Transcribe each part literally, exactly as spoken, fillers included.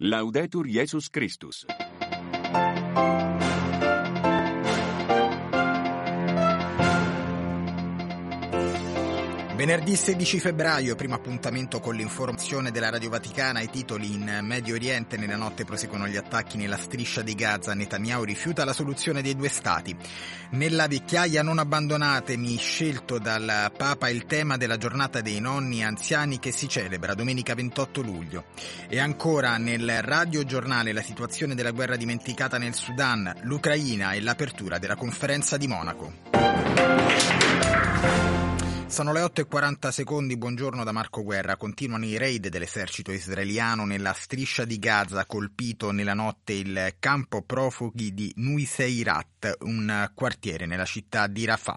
Laudetur Jesus Christus. Venerdì sedici febbraio, primo appuntamento con l'informazione della Radio Vaticana. I titoli: in Medio Oriente nella notte proseguono gli attacchi nella striscia di Gaza, Netanyahu rifiuta la soluzione dei due stati. Nella vecchiaia non abbandonatemi, scelto dal Papa il tema della giornata dei nonni anziani che si celebra domenica ventotto luglio. E ancora nel radiogiornale la situazione della guerra dimenticata nel Sudan, l'Ucraina e l'apertura della conferenza di Monaco. Sono le otto e quaranta secondi, buongiorno da Marco Guerra. Continuano i raid dell'esercito israeliano nella striscia di Gaza, colpito nella notte il campo profughi di Nuseirat, un quartiere nella città di Rafah.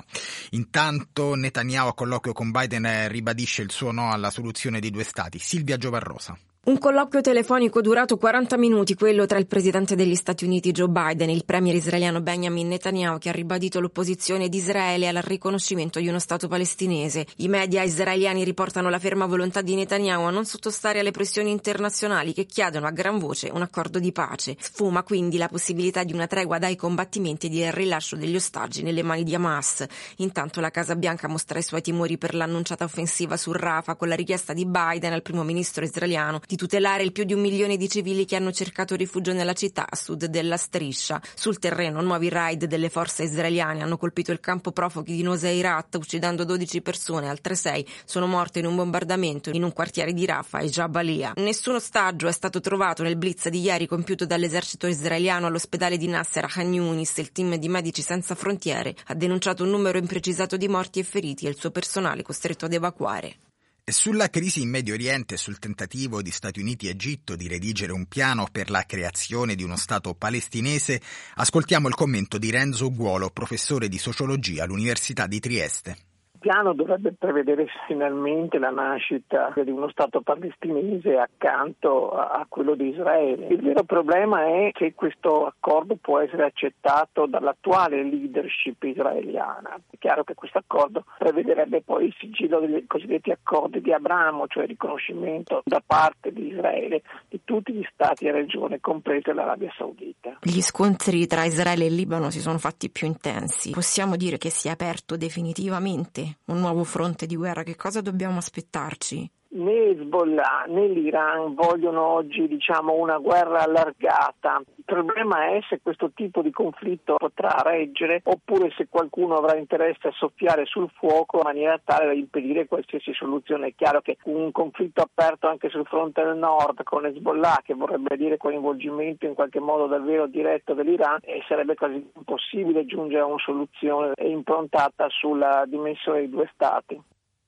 Intanto Netanyahu a colloquio con Biden ribadisce il suo no alla soluzione dei due stati. Silvia Giovarrosa. Un colloquio telefonico durato quaranta minuti, quello tra il presidente degli Stati Uniti Joe Biden e il premier israeliano Benjamin Netanyahu, che ha ribadito l'opposizione di Israele al riconoscimento di uno Stato palestinese. I media israeliani riportano la ferma volontà di Netanyahu a non sottostare alle pressioni internazionali che chiedono a gran voce un accordo di pace. Sfuma quindi la possibilità di una tregua dai combattimenti e del rilascio degli ostaggi nelle mani di Hamas. Intanto la Casa Bianca mostra i suoi timori per l'annunciata offensiva su Rafah, con la richiesta di Biden al primo ministro israeliano di tutelare il più di un milione di civili che hanno cercato rifugio nella città a sud della striscia. Sul terreno nuovi raid delle forze israeliane hanno colpito il campo profughi di Nuseirat, uccidendo dodici persone, altre sei sono morte in un bombardamento in un quartiere di Rafah e Jabalia. Nessun ostaggio è stato trovato nel blitz di ieri compiuto dall'esercito israeliano all'ospedale di Nasser a Khan Yunis. Il team di Medici Senza Frontiere ha denunciato un numero imprecisato di morti e feriti e il suo personale costretto ad evacuare. E sulla crisi in Medio Oriente e sul tentativo di Stati Uniti e Egitto di redigere un piano per la creazione di uno Stato palestinese, ascoltiamo il commento di Renzo Guolo, professore di sociologia all'Università di Trieste. Il piano dovrebbe prevedere finalmente la nascita di uno Stato palestinese accanto a quello di Israele. Il vero problema è che questo accordo può essere accettato dall'attuale leadership israeliana. È chiaro che questo accordo prevederebbe poi il sigillo dei cosiddetti accordi di Abramo, cioè il riconoscimento da parte di Israele di tutti gli stati e regioni, compresa l'Arabia Saudita. Gli scontri tra Israele e Libano si sono fatti più intensi. Possiamo dire che si è aperto definitivamente un nuovo fronte di guerra? Che cosa dobbiamo aspettarci? Né Hezbollah né l'Iran vogliono oggi, diciamo, una guerra allargata. Il problema è se questo tipo di conflitto potrà reggere oppure se qualcuno avrà interesse a soffiare sul fuoco in maniera tale da impedire qualsiasi soluzione. È chiaro che un conflitto aperto anche sul fronte del nord con Hezbollah, che vorrebbe dire coinvolgimento in qualche modo davvero diretto dell'Iran, e sarebbe quasi impossibile giungere a una soluzione improntata sulla dimensione dei due stati.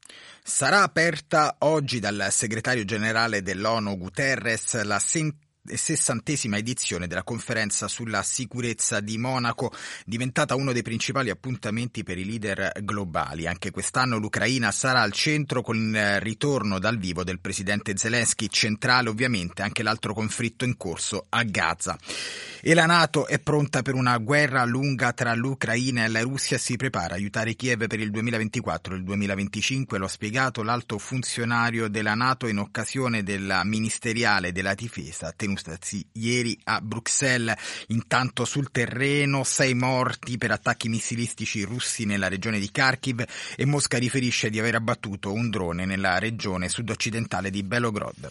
Sarà aperta oggi dal segretario generale dell'ONU Guterres la sen- sessantesima edizione della conferenza sulla sicurezza di Monaco, diventata uno dei principali appuntamenti per i leader globali. Anche quest'anno l'Ucraina sarà al centro con il ritorno dal vivo del presidente Zelensky, centrale ovviamente anche l'altro conflitto in corso a Gaza. E la NATO è pronta per una guerra lunga tra l'Ucraina e la Russia, si prepara a aiutare Kiev per il duemilaventiquattro e il duemilaventicinque, lo ha spiegato l'alto funzionario della NATO in occasione della ministeriale della difesa tenutasi ieri a Bruxelles. Intanto sul terreno sei morti per attacchi missilistici russi nella regione di Kharkiv e Mosca riferisce di aver abbattuto un drone nella regione sud-occidentale di Belgorod.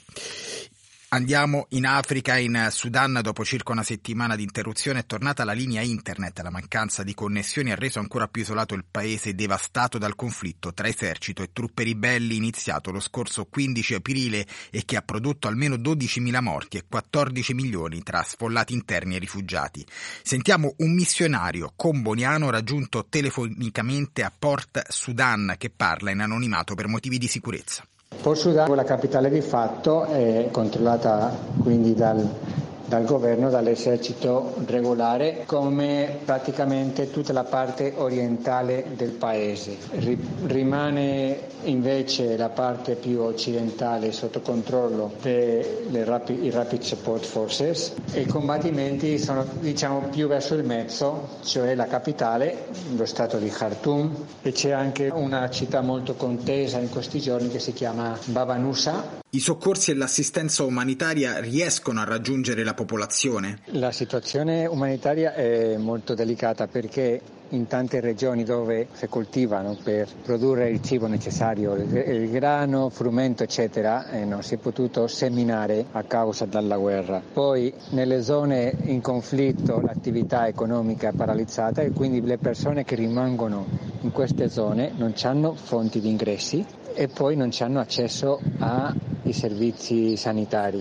Andiamo in Africa, in Sudan. Dopo circa una settimana di interruzione è tornata la linea internet. La mancanza di connessioni ha reso ancora più isolato il paese devastato dal conflitto tra esercito e truppe ribelli iniziato lo scorso quindici aprile e che ha prodotto almeno dodicimila morti e quattordici milioni tra sfollati interni e rifugiati. Sentiamo un missionario comboniano raggiunto telefonicamente a Port Sudan che parla in anonimato per motivi di sicurezza. Port Sudan, la capitale di fatto, è controllata quindi dal, dal governo, dall'esercito regolare, come praticamente tutta la parte orientale del paese. Rimane invece la parte più occidentale sotto controllo dei Rapid, Rapid Support Forces e i combattimenti sono, diciamo, più verso il mezzo, cioè la capitale, lo stato di Khartoum, e c'è anche una città molto contesa in questi giorni che si chiama Baba Nusa. I soccorsi e l'assistenza umanitaria riescono a raggiungere la popolazione? La situazione umanitaria è molto delicata perché in tante regioni dove si coltivano per produrre il cibo necessario, il grano, frumento eccetera, eh, non si è potuto seminare a causa della guerra. Poi nelle zone in conflitto l'attività economica è paralizzata e quindi le persone che rimangono in queste zone non hanno fonti di ingressi e poi non hanno accesso ai servizi sanitari.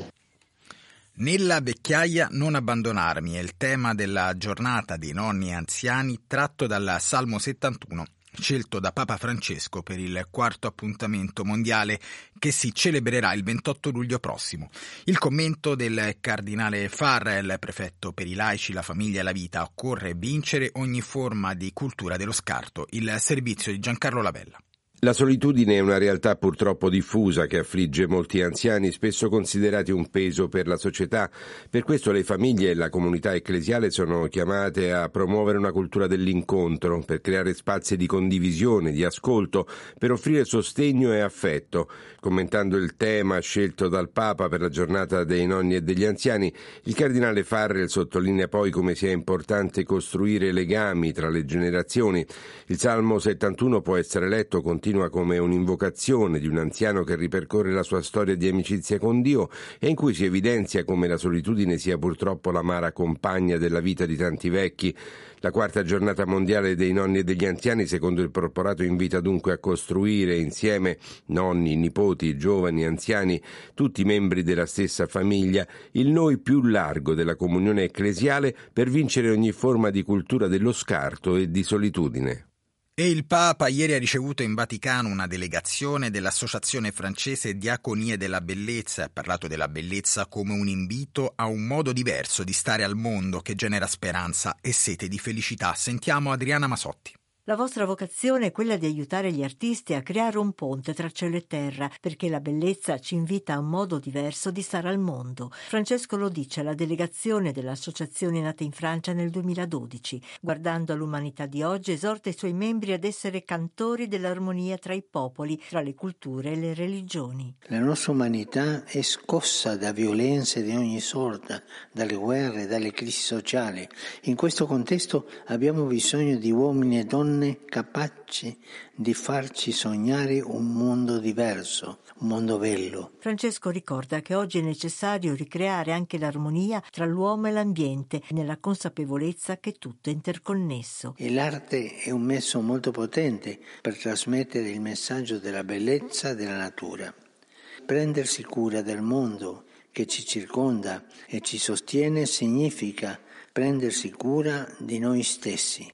Nella vecchiaia non abbandonarmi è il tema della giornata dei nonni anziani tratto dal Salmo settantuno, scelto da Papa Francesco per il quarto appuntamento mondiale che si celebrerà il ventotto luglio prossimo. Il commento del cardinale Farrell, prefetto per i laici, la famiglia e la vita: occorre vincere ogni forma di cultura dello scarto. Il servizio di Giancarlo Lavella. La solitudine è una realtà purtroppo diffusa che affligge molti anziani, spesso considerati un peso per la società. Per questo le famiglie e la comunità ecclesiale sono chiamate a promuovere una cultura dell'incontro, per creare spazi di condivisione, di ascolto, per offrire sostegno e affetto. Commentando il tema scelto dal Papa per la giornata dei nonni e degli anziani, il cardinale Farrell sottolinea poi come sia importante costruire legami tra le generazioni. Il Salmo settantuno può essere letto continua come un'invocazione di un anziano che ripercorre la sua storia di amicizia con Dio e in cui si evidenzia come la solitudine sia purtroppo l'amara compagna della vita di tanti vecchi. La quarta giornata mondiale dei nonni e degli anziani, secondo il Properato, invita dunque a costruire insieme nonni, nipoti, giovani, anziani, tutti membri della stessa famiglia, il noi più largo della comunione ecclesiale per vincere ogni forma di cultura dello scarto e di solitudine. E il Papa ieri ha ricevuto in Vaticano una delegazione dell'Associazione francese Diaconie della Bellezza e ha parlato della bellezza come un invito a un modo diverso di stare al mondo che genera speranza e sete di felicità. Sentiamo Adriana Masotti. La vostra vocazione è quella di aiutare gli artisti a creare un ponte tra cielo e terra, perché la bellezza ci invita a un modo diverso di stare al mondo. Francesco lo dice alla delegazione dell'associazione nata in Francia nel duemiladodici. Guardando all'umanità di oggi, esorta i suoi membri ad essere cantori dell'armonia tra i popoli, tra le culture e le religioni. La nostra umanità è scossa da violenze di ogni sorta, dalle guerre, dalle crisi sociali. In questo contesto abbiamo bisogno di uomini e donne capaci di farci sognare un mondo diverso, un mondo bello. Francesco ricorda che oggi è necessario ricreare anche l'armonia tra l'uomo e l'ambiente, nella consapevolezza che tutto è interconnesso. E l'arte è un mezzo molto potente per trasmettere il messaggio della bellezza della natura. Prendersi cura del mondo che ci circonda e ci sostiene significa prendersi cura di noi stessi.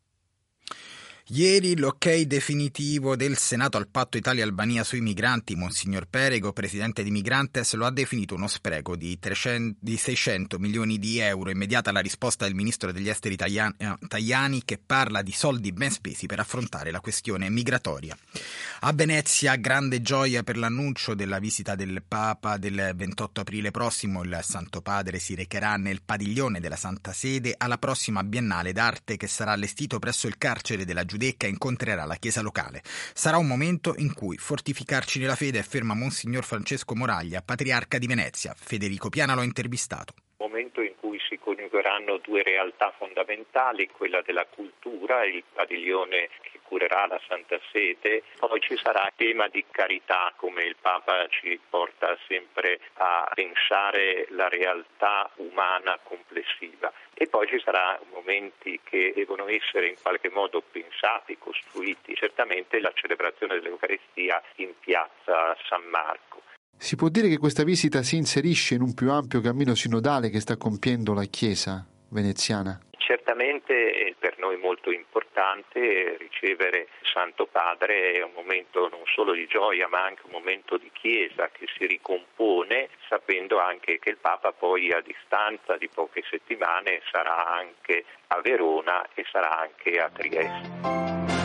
Ieri l'ok definitivo del Senato al patto Italia-Albania sui migranti. Monsignor Perego, presidente di Migrantes, lo ha definito uno spreco di, trecento, di seicento milioni di euro. Immediata la risposta del ministro degli esteri Tajani, che parla di soldi ben spesi per affrontare la questione migratoria. A Venezia, grande gioia per l'annuncio della visita del Papa del ventotto aprile prossimo. Il Santo Padre si recherà nel padiglione della Santa Sede alla prossima Biennale d'Arte che sarà allestito presso il carcere della Giudecca e incontrerà la Chiesa locale. Sarà un momento in cui fortificarci nella fede, afferma Monsignor Francesco Moraglia, patriarca di Venezia. Federico Piana lo ha intervistato. Momento in cui si coniugheranno due realtà fondamentali, quella della cultura, il padiglione che curerà la Santa Sede, poi ci sarà il tema di carità, come il Papa ci porta sempre a pensare la realtà umana complessiva. E poi ci saranno momenti che devono essere in qualche modo pensati, costruiti, certamente la celebrazione dell'Eucaristia in piazza San Marco. Si può dire che questa visita si inserisce in un più ampio cammino sinodale che sta compiendo la Chiesa veneziana? Certamente è per noi molto importante ricevere il Santo Padre, è un momento non solo di gioia ma anche un momento di Chiesa che si ricompone, sapendo anche che il Papa poi a distanza di poche settimane sarà anche a Verona e sarà anche a Trieste.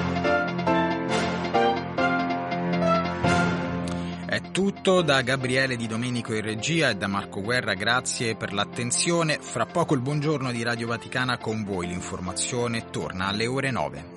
È tutto da Gabriele Di Domenico in regia e da Marco Guerra, grazie per l'attenzione. Fra poco il buongiorno di Radio Vaticana con voi, l'informazione torna alle ore nove.